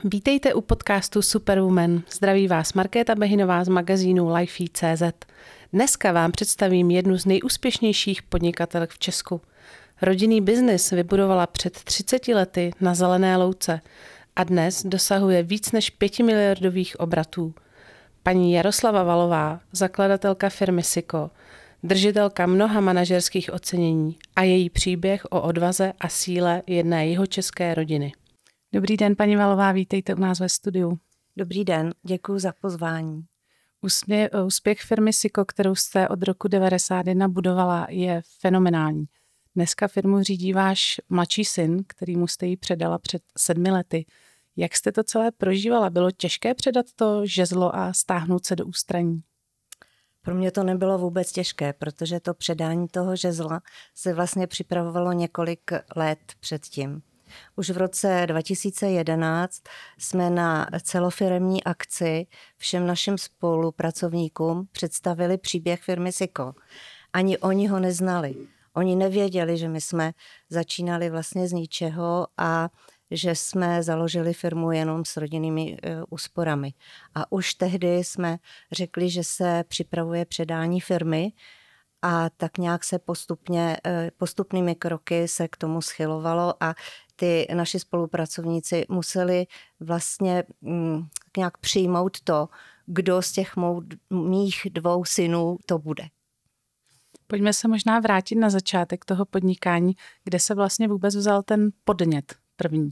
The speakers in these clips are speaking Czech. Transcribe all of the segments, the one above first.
Vítejte u podcastu Superwoman. Zdraví vás Markéta Behinová z magazínu Lifey.cz. Dneska vám představím jednu z nejúspěšnějších podnikatelek v Česku. Rodinný biznis vybudovala před 30 lety na zelené louce a dnes dosahuje víc než 5miliardových obratů. Paní Jaroslava Valová, zakladatelka firmy SIKO, držitelka mnoha manažerských ocenění a její příběh o odvaze a síle jedné jihočeské rodiny. Dobrý den, paní Valová, vítejte u nás ve studiu. Dobrý den, děkuji za pozvání. Úspěch firmy SIKO, kterou jste od roku 1991 budovala, je fenomenální. Dneska firmu řídí váš mladší syn, kterýmu jste ji předala před 7 lety. Jak jste to celé prožívala? Bylo těžké předat to žezlo a stáhnout se do ústraní? Pro mě to nebylo vůbec těžké, protože to předání toho žezla se vlastně připravovalo několik let předtím. Už v roce 2011 jsme na celofiremní akci všem našim spolupracovníkům představili příběh firmy SIKO. Ani oni ho neznali. Oni nevěděli, že my jsme začínali vlastně z ničeho a že jsme založili firmu jenom s rodinnými úsporami. A už tehdy jsme řekli, že se připravuje předání firmy a tak nějak se postupnými kroky se k tomu schylovalo a ty naši spolupracovníci museli vlastně nějak přijmout to, kdo z těch mých 2 synů to bude. Pojďme se možná vrátit na začátek toho podnikání, kde se vlastně vůbec vzal ten podnět první.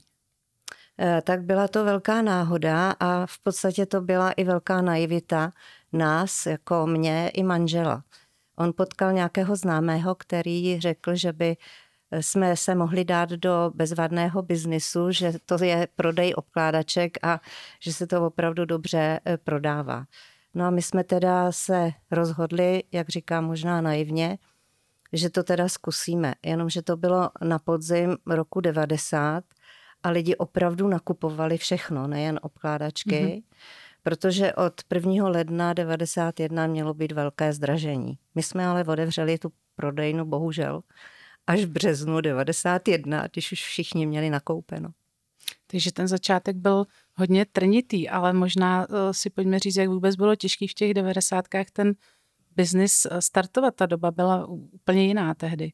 Tak byla to velká náhoda a v podstatě to byla i velká naivita nás, jako mě i manžela. On potkal nějakého známého, který řekl, že by jsme se mohli dát do bezvadného biznisu, že to je prodej obkládaček a že se to opravdu dobře prodává. No a my jsme teda se rozhodli, jak říkám možná naivně, že to teda zkusíme. Jenomže to bylo na podzim roku 90 a lidi opravdu nakupovali všechno, nejen obkládačky, protože od 1. ledna 91 mělo být velké zdražení. My jsme ale otevřeli tu prodejnu bohužel až v březnu 91, když už všichni měli nakoupeno. Takže ten začátek byl hodně trnitý, ale možná si pojďme říct, jak vůbec bylo těžký v těch 90kách ten biznis startovat. Ta doba byla úplně jiná tehdy.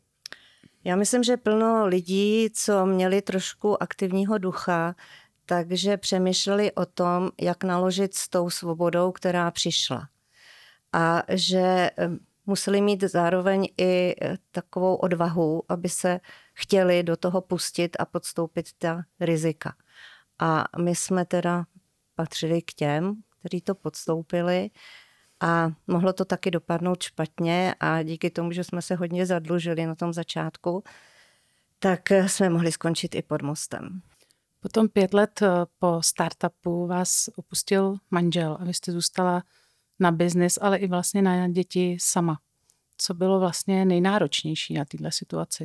Já myslím, že plno lidí, co měli trošku aktivního ducha, takže přemýšleli o tom, jak naložit s tou svobodou, která přišla. A že museli mít zároveň i takovou odvahu, aby se chtěli do toho pustit a podstoupit ta rizika. A my jsme teda patřili k těm, kteří to podstoupili a mohlo to taky dopadnout špatně a díky tomu, že jsme se hodně zadlužili na tom začátku, tak jsme mohli skončit i pod mostem. Potom 5 let po startupu vás opustil manžel a vy jste zůstala na biznis, ale i vlastně na děti sama. Co bylo vlastně nejnáročnější na této situaci?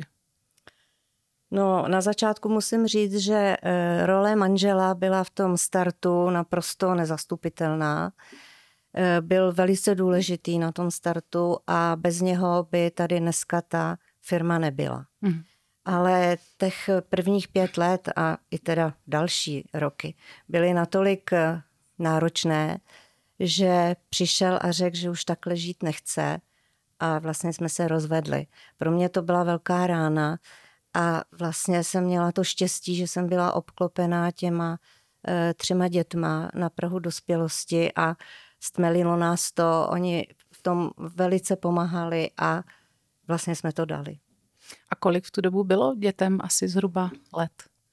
No, na začátku musím říct, že role manžela byla v tom startu naprosto nezastupitelná. Byl velice důležitý na tom startu a bez něho by tady dneska ta firma nebyla. Ale těch prvních 5 let a i teda další roky byly natolik náročné, že přišel a řekl, že už takhle žít nechce a vlastně jsme se rozvedli. Pro mě to byla velká rána a vlastně jsem měla to štěstí, že jsem byla obklopená těma 3 dětma na prahu dospělosti a stmelilo nás to, oni v tom velice pomáhali a vlastně jsme to dali. A kolik v tu dobu bylo dětem? Asi zhruba let?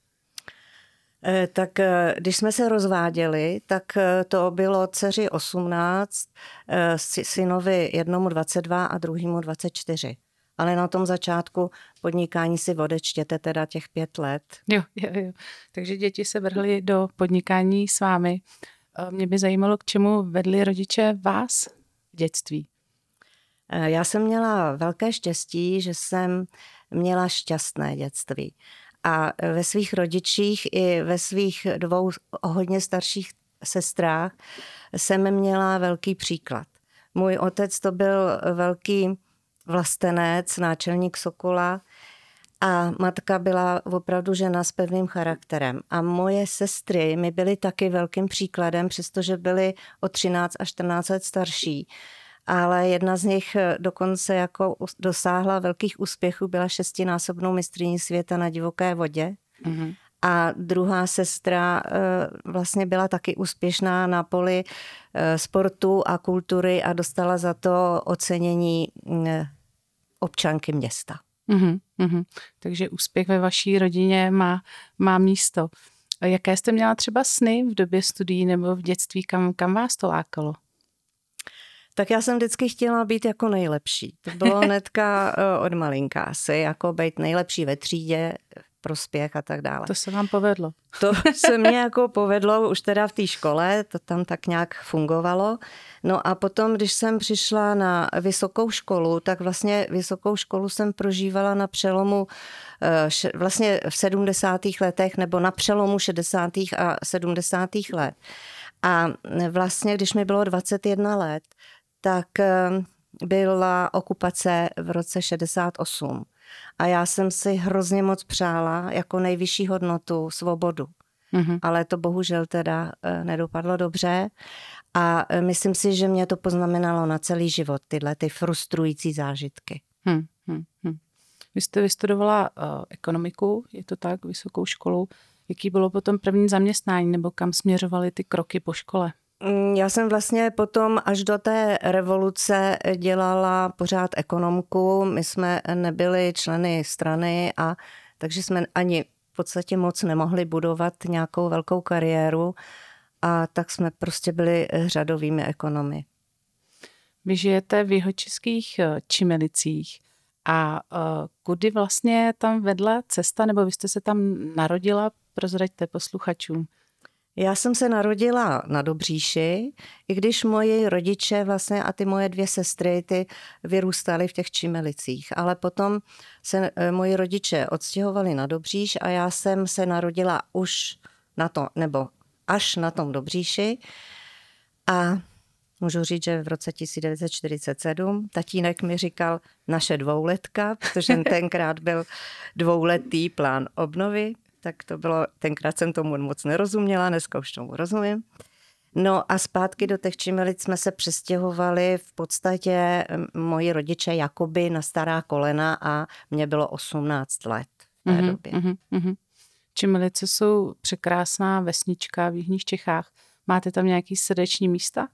Tak když jsme se rozváděli, tak to bylo dceři 18, synovi jednomu 22 a druhému 24. Ale na tom začátku podnikání si odečtěte teda těch 5 let. Jo. Takže děti se vrhly do podnikání s vámi. Mě by zajímalo, k čemu vedli rodiče vás v dětství. Já jsem měla velké štěstí, že jsem měla šťastné dětství. A ve svých rodičích i ve svých 2 hodně starších sestrách jsem měla velký příklad. Můj otec to byl velký vlastenec, náčelník Sokola A matka byla opravdu žena s pevným charakterem. A moje sestry mi byly taky velkým příkladem, přestože byly o 13 až 14 let starší. Ale jedna z nich dokonce jako dosáhla velkých úspěchů, byla 6násobnou mistryní světa na divoké vodě. Mm-hmm. A druhá sestra vlastně byla taky úspěšná na poli sportu a kultury a dostala za to ocenění občanky města. Mm-hmm. Takže úspěch ve vaší rodině má místo. Jaké jste měla třeba sny v době studií nebo v dětství, kam vás to lákalo? Tak já jsem vždycky chtěla být jako nejlepší. To bylo hnedka od malinka asi, jako být nejlepší ve třídě, prospěch a tak dále. To se vám povedlo. To se mně jako povedlo už teda v té škole, to tam tak nějak fungovalo. No a potom, když jsem přišla na vysokou školu, tak vlastně vysokou školu jsem prožívala na přelomu vlastně v 70. letech nebo na přelomu 60. a 70. let. A vlastně, když mi bylo 21 let, tak byla okupace v roce 68. A já jsem si hrozně moc přála jako nejvyšší hodnotu svobodu. Mm-hmm. Ale to bohužel teda nedopadlo dobře. A myslím si, že mě to poznamenalo na celý život, tyhle ty frustrující zážitky. Vy jste vystudovala ekonomiku, je to tak, vysokou školu. Jaký bylo potom první zaměstnání nebo kam směřovaly ty kroky po škole? Já jsem vlastně potom až do té revoluce dělala pořád ekonomku. My jsme nebyli členy strany a takže jsme ani v podstatě moc nemohli budovat nějakou velkou kariéru a tak jsme prostě byli řadovými ekonomy. Vy žijete v jihočeských Čimelicích a kudy vlastně tam vedla cesta, nebo vy jste se tam narodila? Prozraďte posluchačům. Já jsem se narodila na Dobříši, i když moji rodiče vlastně a ty moje 2 sestry, ty vyrůstaly v těch Čimelicích, ale potom se moji rodiče odstěhovali na Dobříš a já jsem se narodila už na to, nebo až na tom Dobříši a můžu říct, že v roce 1947 tatínek mi říkal naše 2letka, protože tenkrát byl 2letý plán obnovy. Tak to bylo, tenkrát jsem tomu moc nerozuměla, dneska už tomu rozumím. No a zpátky do těch Čimelic jsme se přestěhovali v podstatě moji rodiče jakoby na stará kolena a mně bylo 18 let v té době. Čimelice jsou překrásná vesnička v jižních Čechách. Máte tam nějaký srdeční místa?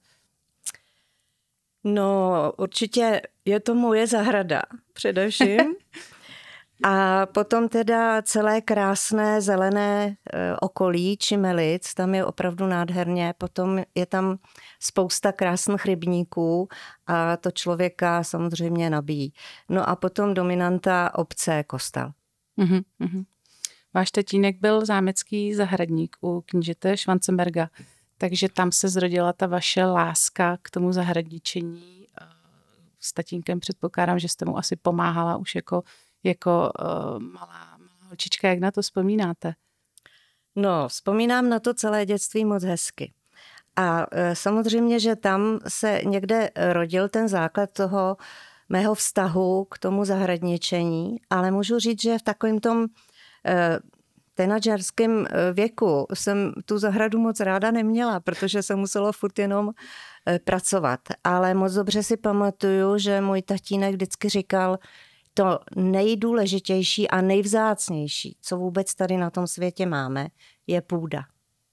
No určitě je to moje zahrada především. A potom teda celé krásné zelené okolí Čimelic, tam je opravdu nádherně, potom je tam spousta krásných rybníků a to člověka samozřejmě nabíjí. No a potom dominanta obce Kostel. Váš tatínek byl zámecký zahradník u knížete Schwanzenberga, takže tam se zrodila ta vaše láska k tomu zahradničení. S tatínkem předpokládám, že jste mu asi pomáhala už jako malá holčička. Jak na to vzpomínáte? No, vzpomínám na to celé dětství moc hezky. A samozřejmě, že tam se někde rodil ten základ toho mého vztahu k tomu zahradničení, ale můžu říct, že v takovém tom teenagerském věku jsem tu zahradu moc ráda neměla, protože se muselo furt jenom pracovat. Ale moc dobře si pamatuju, že můj tatínek vždycky říkal, to nejdůležitější a nejvzácnější, co vůbec tady na tom světě máme, je půda.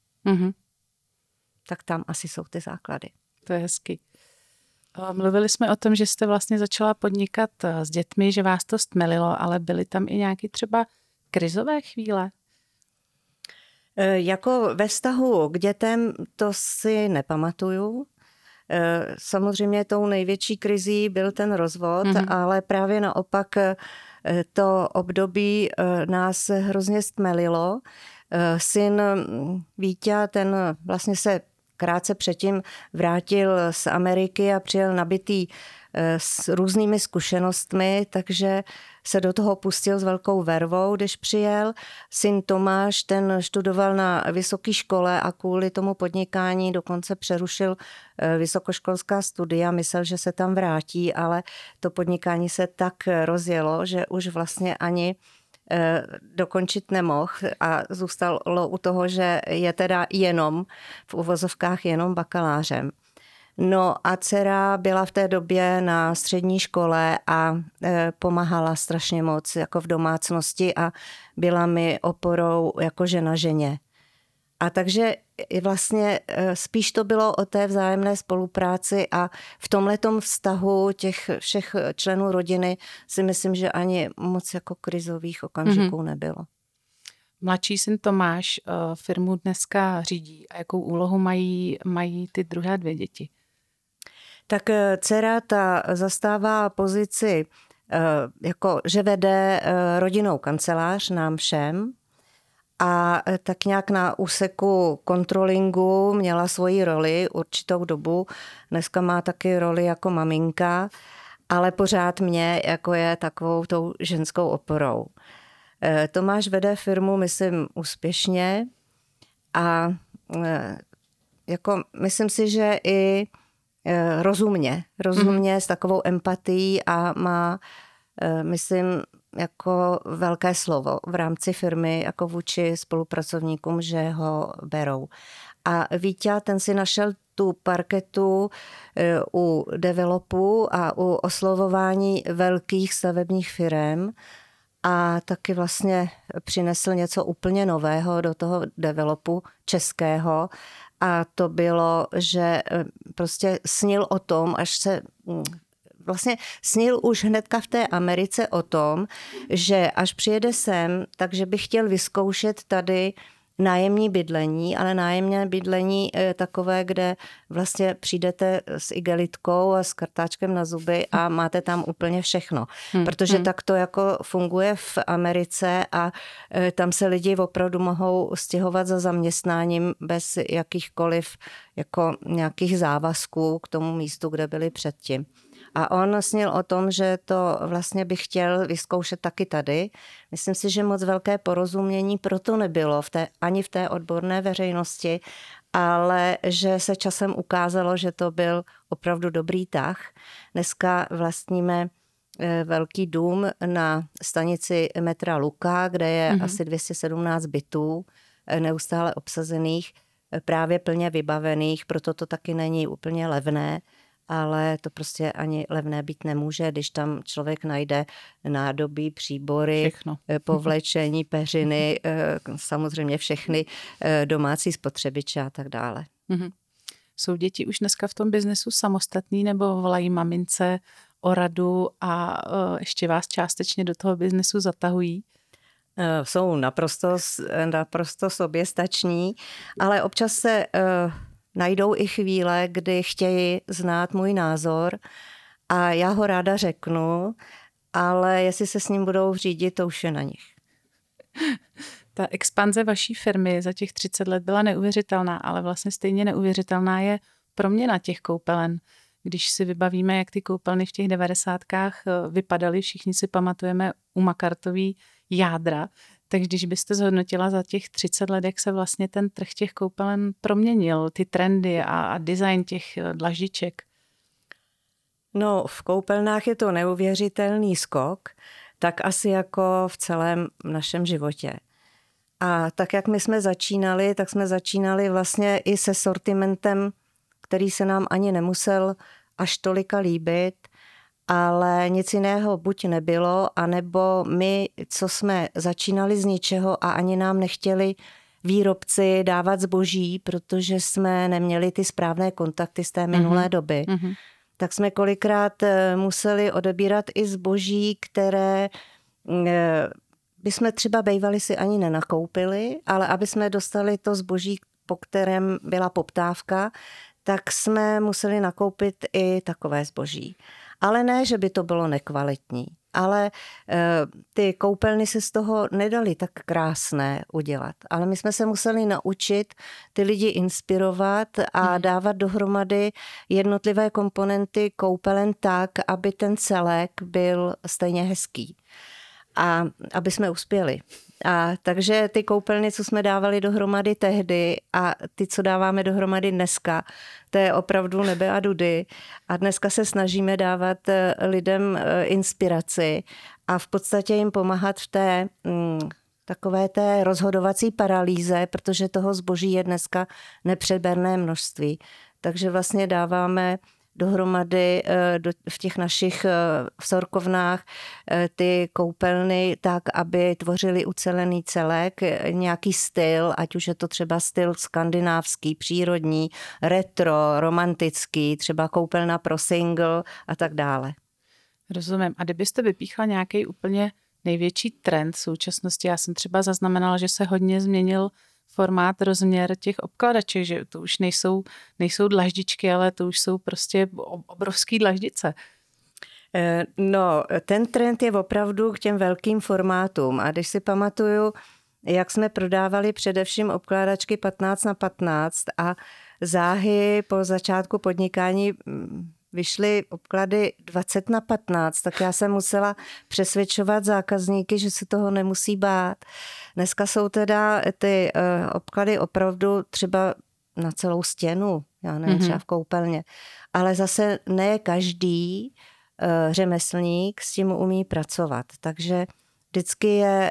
Tak tam asi jsou ty základy. To je hezky. Mluvili jsme o tom, že jste vlastně začala podnikat s dětmi, že vás to stmelilo, ale byly tam i nějaké třeba krizové chvíle? Jako ve vztahu k dětem to si nepamatuju. Samozřejmě tou největší krizí byl ten rozvod, ale právě naopak to období nás hrozně stmelilo. Syn Víťa, ten vlastně se krátce předtím vrátil z Ameriky a přijel nabitý s různými zkušenostmi, takže se do toho pustil s velkou vervou, když přijel. Syn Tomáš, ten študoval na vysoké škole a kvůli tomu podnikání dokonce přerušil vysokoškolská studia, myslel, že se tam vrátí, ale to podnikání se tak rozjelo, že už vlastně ani dokončit nemohl a zůstalo u toho, že je teda jenom, v uvozovkách jenom bakalářem. No a dcera byla v té době na střední škole a pomáhala strašně moc jako v domácnosti a byla mi oporou jako žena ženě. A takže vlastně spíš to bylo o té vzájemné spolupráci a v tomhletom vztahu těch všech členů rodiny si myslím, že ani moc jako krizových okamžiků nebylo. Mladší syn Tomáš firmu dneska řídí. A jakou úlohu mají ty druhé dvě děti? Tak dcera ta zastává pozici, jako že vede rodinnou kancelář nám všem a tak nějak na úseku kontrolingu měla svoji roli určitou dobu. Dneska má taky roli jako maminka, ale pořád mě jako je takovou tou ženskou oporou. Tomáš vede firmu, myslím, úspěšně a jako myslím si, že i rozumně s takovou empatií a má, myslím, jako velké slovo v rámci firmy, jako vůči spolupracovníkům, že ho berou. A Víťa, ten si našel tu parketu u developu a u oslovování velkých stavebních firem a taky vlastně přinesl něco úplně nového do toho developu českého. A to bylo, že prostě snil o tom, vlastně snil už hnedka v té Americe o tom, že až přijede sem, takže by chtěl vyzkoušet tady nájemní bydlení, ale nájemné bydlení takové, kde vlastně přijdete s igelitkou a s kartáčkem na zuby a máte tam úplně všechno. Protože tak to jako funguje v Americe a tam se lidi opravdu mohou stěhovat za zaměstnáním bez jakýchkoliv jako nějakých závazků k tomu místu, kde byli předtím. A on snil o tom, že to vlastně by chtěl vyzkoušet taky tady. Myslím si, že moc velké porozumění proto nebylo ani v té odborné veřejnosti, ale že se časem ukázalo, že to byl opravdu dobrý tah. Dneska vlastníme velký dům na stanici metra Luka, kde je asi 217 bytů, neustále obsazených, právě plně vybavených, proto to taky není úplně levné. Ale to prostě ani levné být nemůže, když tam člověk najde nádobí, příbory, všechno. Povlečení, peřiny, samozřejmě všechny domácí spotřebiče a tak dále. Jsou děti už dneska v tom biznesu samostatný nebo volají mamince o radu a ještě vás částečně do toho biznesu zatahují? Jsou naprosto soběstační, ale občas se najdou i chvíle, kdy chtějí znát můj názor a já ho ráda řeknu, ale jestli se s ním budou řídit, to už je na nich. Ta expanze vaší firmy za těch 30 let byla neuvěřitelná, ale vlastně stejně neuvěřitelná je proměna těch koupelen. Když si vybavíme, jak ty koupelny v těch 90kách vypadaly, všichni si pamatujeme u Makartový jádra, tak když byste zhodnotila za těch 30 let, jak se vlastně ten trh těch koupelen proměnil, ty trendy a design těch dlaždiček? No, v koupelnách je to neuvěřitelný skok, tak asi jako v celém našem životě. A tak, jak my jsme začínali, tak jsme začínali vlastně i se sortimentem, který se nám ani nemusel až tolika líbit, ale nic jiného buď nebylo, anebo my, co jsme začínali z ničeho a ani nám nechtěli výrobci dávat zboží, protože jsme neměli ty správné kontakty z té minulé doby, tak jsme kolikrát museli odebírat i zboží, které bychom třeba bejvali si ani nenakoupili, ale aby jsme dostali to zboží, po kterém byla poptávka, tak jsme museli nakoupit i takové zboží. Ale ne, že by to bylo nekvalitní, ale ty koupelny se z toho nedaly tak krásné udělat. Ale my jsme se museli naučit ty lidi inspirovat a dávat dohromady jednotlivé komponenty koupelen tak, aby ten celek byl stejně hezký. A aby jsme uspěli. A takže ty koupelny, co jsme dávali dohromady tehdy a ty, co dáváme dohromady dneska, to je opravdu nebe a dudy. A dneska se snažíme dávat lidem inspiraci a v podstatě jim pomáhat v té takové té rozhodovací paralýze, protože toho zboží je dneska nepřeberné množství. Takže vlastně dáváme dohromady v těch našich sorkovnách ty koupelny tak, aby tvořili ucelený celek, nějaký styl, ať už je to třeba styl skandinávský, přírodní, retro, romantický, třeba koupelna pro single a tak dále. Rozumím. A kdybyste vypíchla nějaký úplně největší trend v současnosti, já jsem třeba zaznamenala, že se hodně změnil formát, rozměr těch obkladaček, že to už nejsou dlaždičky, ale to už jsou prostě obrovský dlaždice. No, ten trend je opravdu k těm velkým formátům a když si pamatuju, jak jsme prodávali především obkládačky 15x15 a záhy po začátku podnikání vyšly obklady 20x15, tak já jsem musela přesvědčovat zákazníky, že se toho nemusí bát. Dneska jsou teda ty obklady opravdu třeba na celou stěnu, já nevím, třeba v koupelně, ale zase ne každý řemeslník s tím umí pracovat, takže vždycky je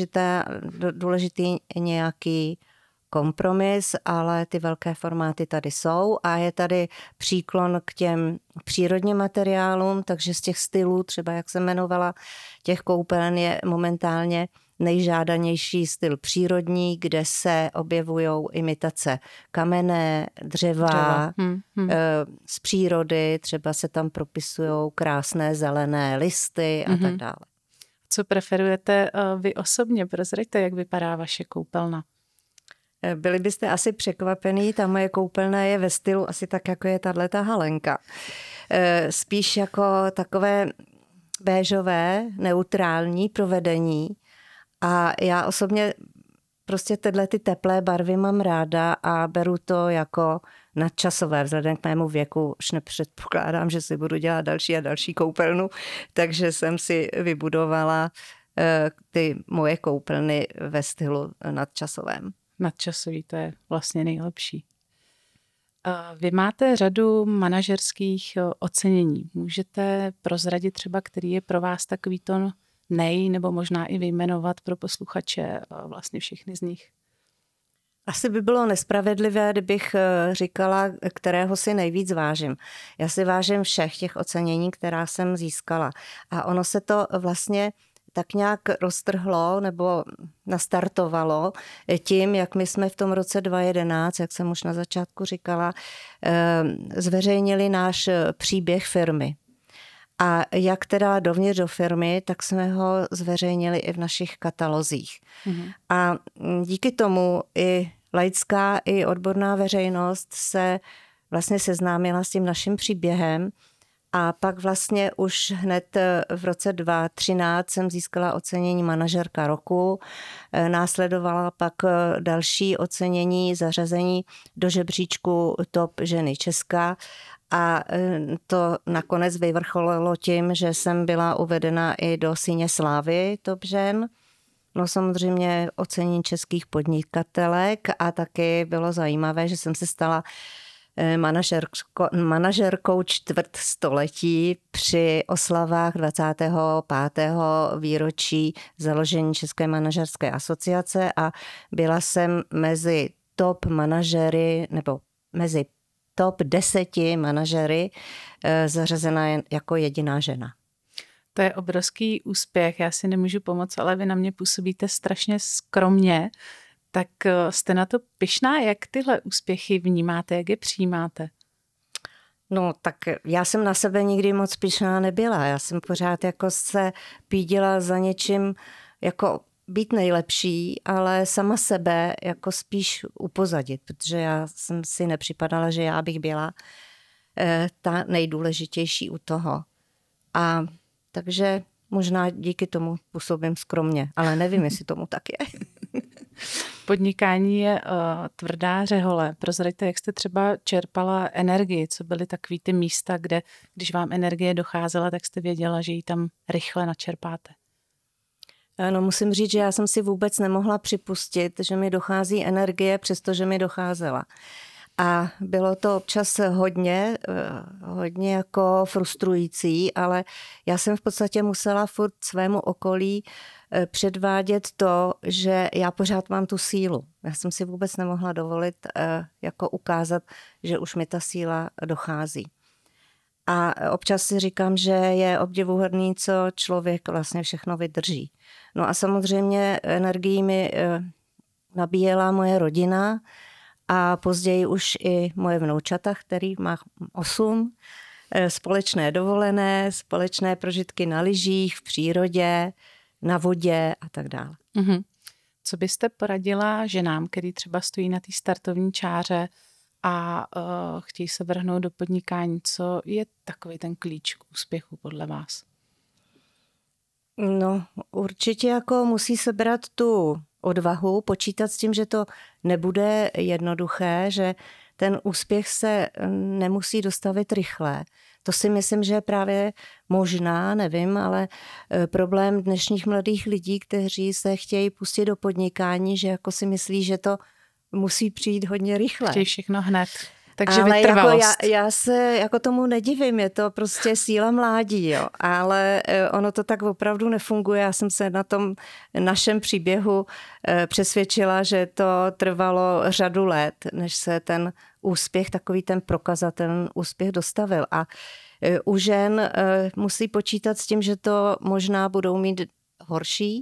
důležitý nějaký kompromis, ale ty velké formáty tady jsou a je tady příklon k těm přírodním materiálům, takže z těch stylů, třeba jak jsem jmenovala, těch koupelen je momentálně nejžádanější styl přírodní, kde se objevují imitace kamenné, dřeva. Z přírody, třeba se tam propisují krásné zelené listy a tak dále. Co preferujete vy osobně? Prozraďte, jak vypadá vaše koupelna. Byli byste asi překvapený, ta moje koupelna je ve stylu asi tak, jako je tato halenka. Spíš jako takové béžové, neutrální provedení. A já osobně prostě tyhle ty teplé barvy mám ráda a beru to jako nadčasové. Vzhledem k mému věku už nepředpokládám, že si budu dělat další a další koupelnu, takže jsem si vybudovala ty moje koupelny ve stylu nadčasovém. Nadčasový, to je vlastně nejlepší. Vy máte řadu manažerských ocenění. Můžete prozradit třeba, který je pro vás takový to nebo možná i vyjmenovat pro posluchače vlastně všechny z nich? Asi by bylo nespravedlivé, kdybych říkala, kterého si nejvíc vážím. Já si vážím všech těch ocenění, která jsem získala. A ono se to vlastně tak nějak roztrhlo nebo nastartovalo tím, jak my jsme v tom roce 2011, jak jsem už na začátku říkala, zveřejnili náš příběh firmy. A jak teda dovnitř do firmy, tak jsme ho zveřejnili i v našich katalozích. A díky tomu i laická, i odborná veřejnost se vlastně seznámila s tím naším příběhem. A pak vlastně už hned v roce 2013 jsem získala ocenění manažerka roku. Následovala pak další ocenění, zařazení do žebříčku Top ženy Česka. A to nakonec vyvrcholilo tím, že jsem byla uvedena i do síně slávy Top žen. No samozřejmě ocenění českých podnikatelek a taky bylo zajímavé, že jsem se stala manažerkou čtvrtstoletí při oslavách 25. výročí založení České manažerské asociace a byla jsem mezi top manažery nebo mezi top 10 manažery zařazena jako jediná žena. To je obrovský úspěch, já si nemůžu pomoct, ale vy na mě působíte strašně skromně. Tak jste na to pyšná? Jak tyhle úspěchy vnímáte? Jak je přijímáte? No tak já jsem na sebe nikdy moc pyšná nebyla. Já jsem pořád jako se pídila za něčím jako být nejlepší, ale sama sebe jako spíš upozadit, protože já jsem si nepřipadala, že já bych byla ta nejdůležitější u toho. A takže možná díky tomu působím skromně, ale nevím, jestli tomu tak je. Podnikání je tvrdá řehole. Prozraďte, jak jste třeba čerpala energii, co byly takový ty místa, kde, když vám energie docházela, tak jste věděla, že ji tam rychle načerpáte. No, musím říct, že já jsem si vůbec nemohla připustit, že mi dochází energie, přestože mi docházela. A bylo to občas hodně jako frustrující, ale já jsem v podstatě musela furt svému okolí předvádět to, že já pořád mám tu sílu. Já jsem si vůbec nemohla dovolit jako ukázat, že už mi ta síla dochází. A občas si říkám, že je obdivuhodný, co člověk vlastně všechno vydrží. No a samozřejmě energii mi nabíjela moje rodina a později už i moje vnoučata, který má 8, společné dovolené, společné prožitky na lyžích, v přírodě, na vodě a tak dále. Mm-hmm. Co byste poradila ženám, který třeba stojí na té startovní čáře a chtějí se vrhnout do podnikání? Co je takový ten klíč k úspěchu podle vás? No, určitě jako musí sebrat tu odvahu, počítat s tím, že to nebude jednoduché, že ten úspěch se nemusí dostavit rychle. To si myslím, že je právě možná, nevím, ale problém dnešních mladých lidí, kteří se chtějí pustit do podnikání, že jako si myslí, že to musí přijít hodně rychle. Chtějí všechno hned. Takže ale vytrvalost. Jako já se jako tomu nedivím, je to prostě síla mládí, jo. Ale ono to tak opravdu nefunguje. Já jsem se na tom našem příběhu přesvědčila, že to trvalo řadu let, než se ten úspěch, takový ten prokazatelný úspěch dostavil. A u žen musí počítat s tím, že to možná budou mít horší,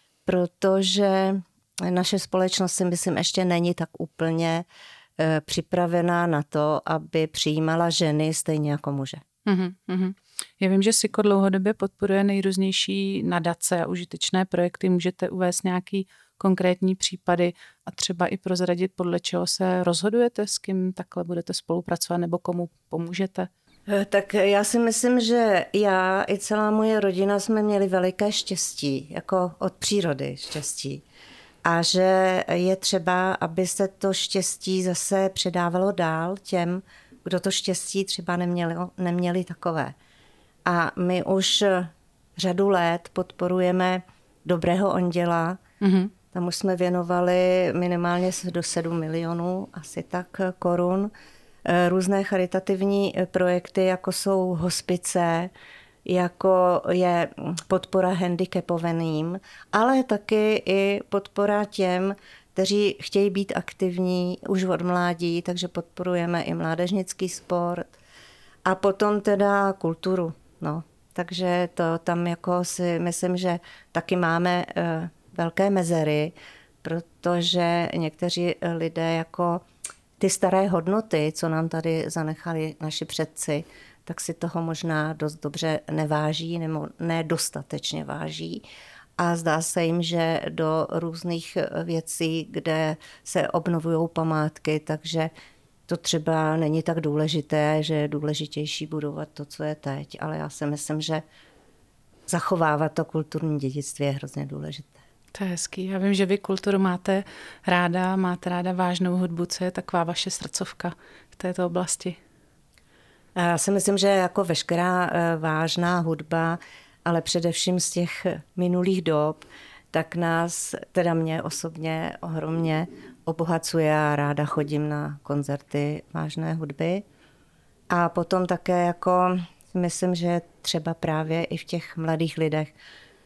protože naše společnost si myslím ještě není tak úplně připravená na to, aby přijímala ženy stejně jako muže. Mm-hmm. Já vím, že SIKO dlouhodobě podporuje nejrůznější nadace a užitečné projekty. Můžete uvést nějaký konkrétní případy a třeba i prozradit, podle čeho se rozhodujete, s kým takhle budete spolupracovat nebo komu pomůžete? Tak já si myslím, že já i celá moje rodina jsme měli veliké štěstí, jako od přírody štěstí. A že je třeba, aby se to štěstí zase předávalo dál těm, kdo to štěstí třeba neměli takové. A my už řadu let podporujeme Dobrého anděla. Mm-hmm. Tam už jsme věnovali minimálně do 7 milionů asi tak korun. Různé charitativní projekty, jako jsou hospice, jako je podpora handicapovaným, ale taky i podpora těm, kteří chtějí být aktivní už od mládí, takže podporujeme i mládežnický sport a potom teda kulturu. No. Takže to tam jako si myslím, že taky máme velké mezery, protože někteří lidé jako ty staré hodnoty, co nám tady zanechali naši předci, tak si toho možná dost dobře neváží nebo nedostatečně váží. A zdá se jim, že do různých věcí, kde se obnovují památky, takže to třeba není tak důležité, že je důležitější budovat to, co je teď. Ale já si myslím, že zachovávat to kulturní dědictví je hrozně důležité. To je hezký. Já vím, že vy kulturu máte ráda vážnou hudbu. Co je taková vaše srdcovka v této oblasti? Já si myslím, že jako veškerá vážná hudba, ale především z těch minulých dob, tak nás, teda mě osobně ohromně obohacuje a ráda chodím na koncerty vážné hudby. A potom také jako myslím, že třeba právě i v těch mladých lidech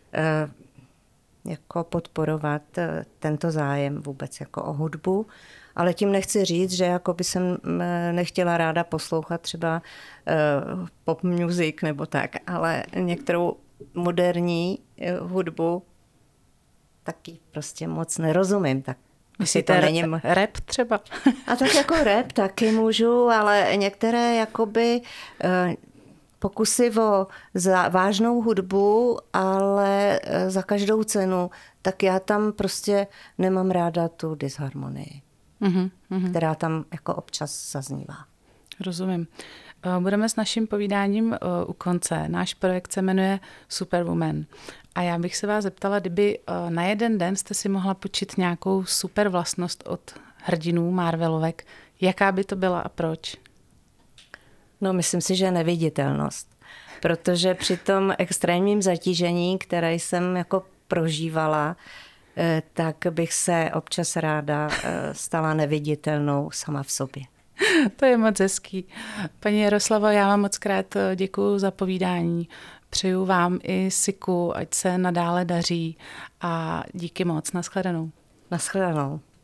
jako podporovat tento zájem vůbec jako o hudbu. Ale tím nechci říct, že jako by jsem nechtěla ráda poslouchat třeba pop music nebo tak, ale některou moderní hudbu taky prostě moc nerozumím. Tak myslíte rap třeba? A tak jako rap taky můžu, ale některé jakoby pokusy o vážnou hudbu, ale za každou cenu, tak já tam prostě nemám ráda tu disharmonii, která tam jako občas zaznívá. Rozumím. Budeme s naším povídáním u konce. Náš projekt se jmenuje Superwoman. A já bych se vás zeptala, kdyby na jeden den jste si mohla počít nějakou super vlastnost od hrdinů Marvelovek, jaká by to byla a proč? No, myslím si, že neviditelnost. Protože při tom extrémním zatížení, které jsem jako prožívala, tak bych se občas ráda stala neviditelnou sama v sobě. To je moc hezký. Paní Jaroslavo, já vám moc krát děkuju za povídání. Přeju vám i Siku, ať se nadále daří a díky moc. Naschledanou. Naschledanou.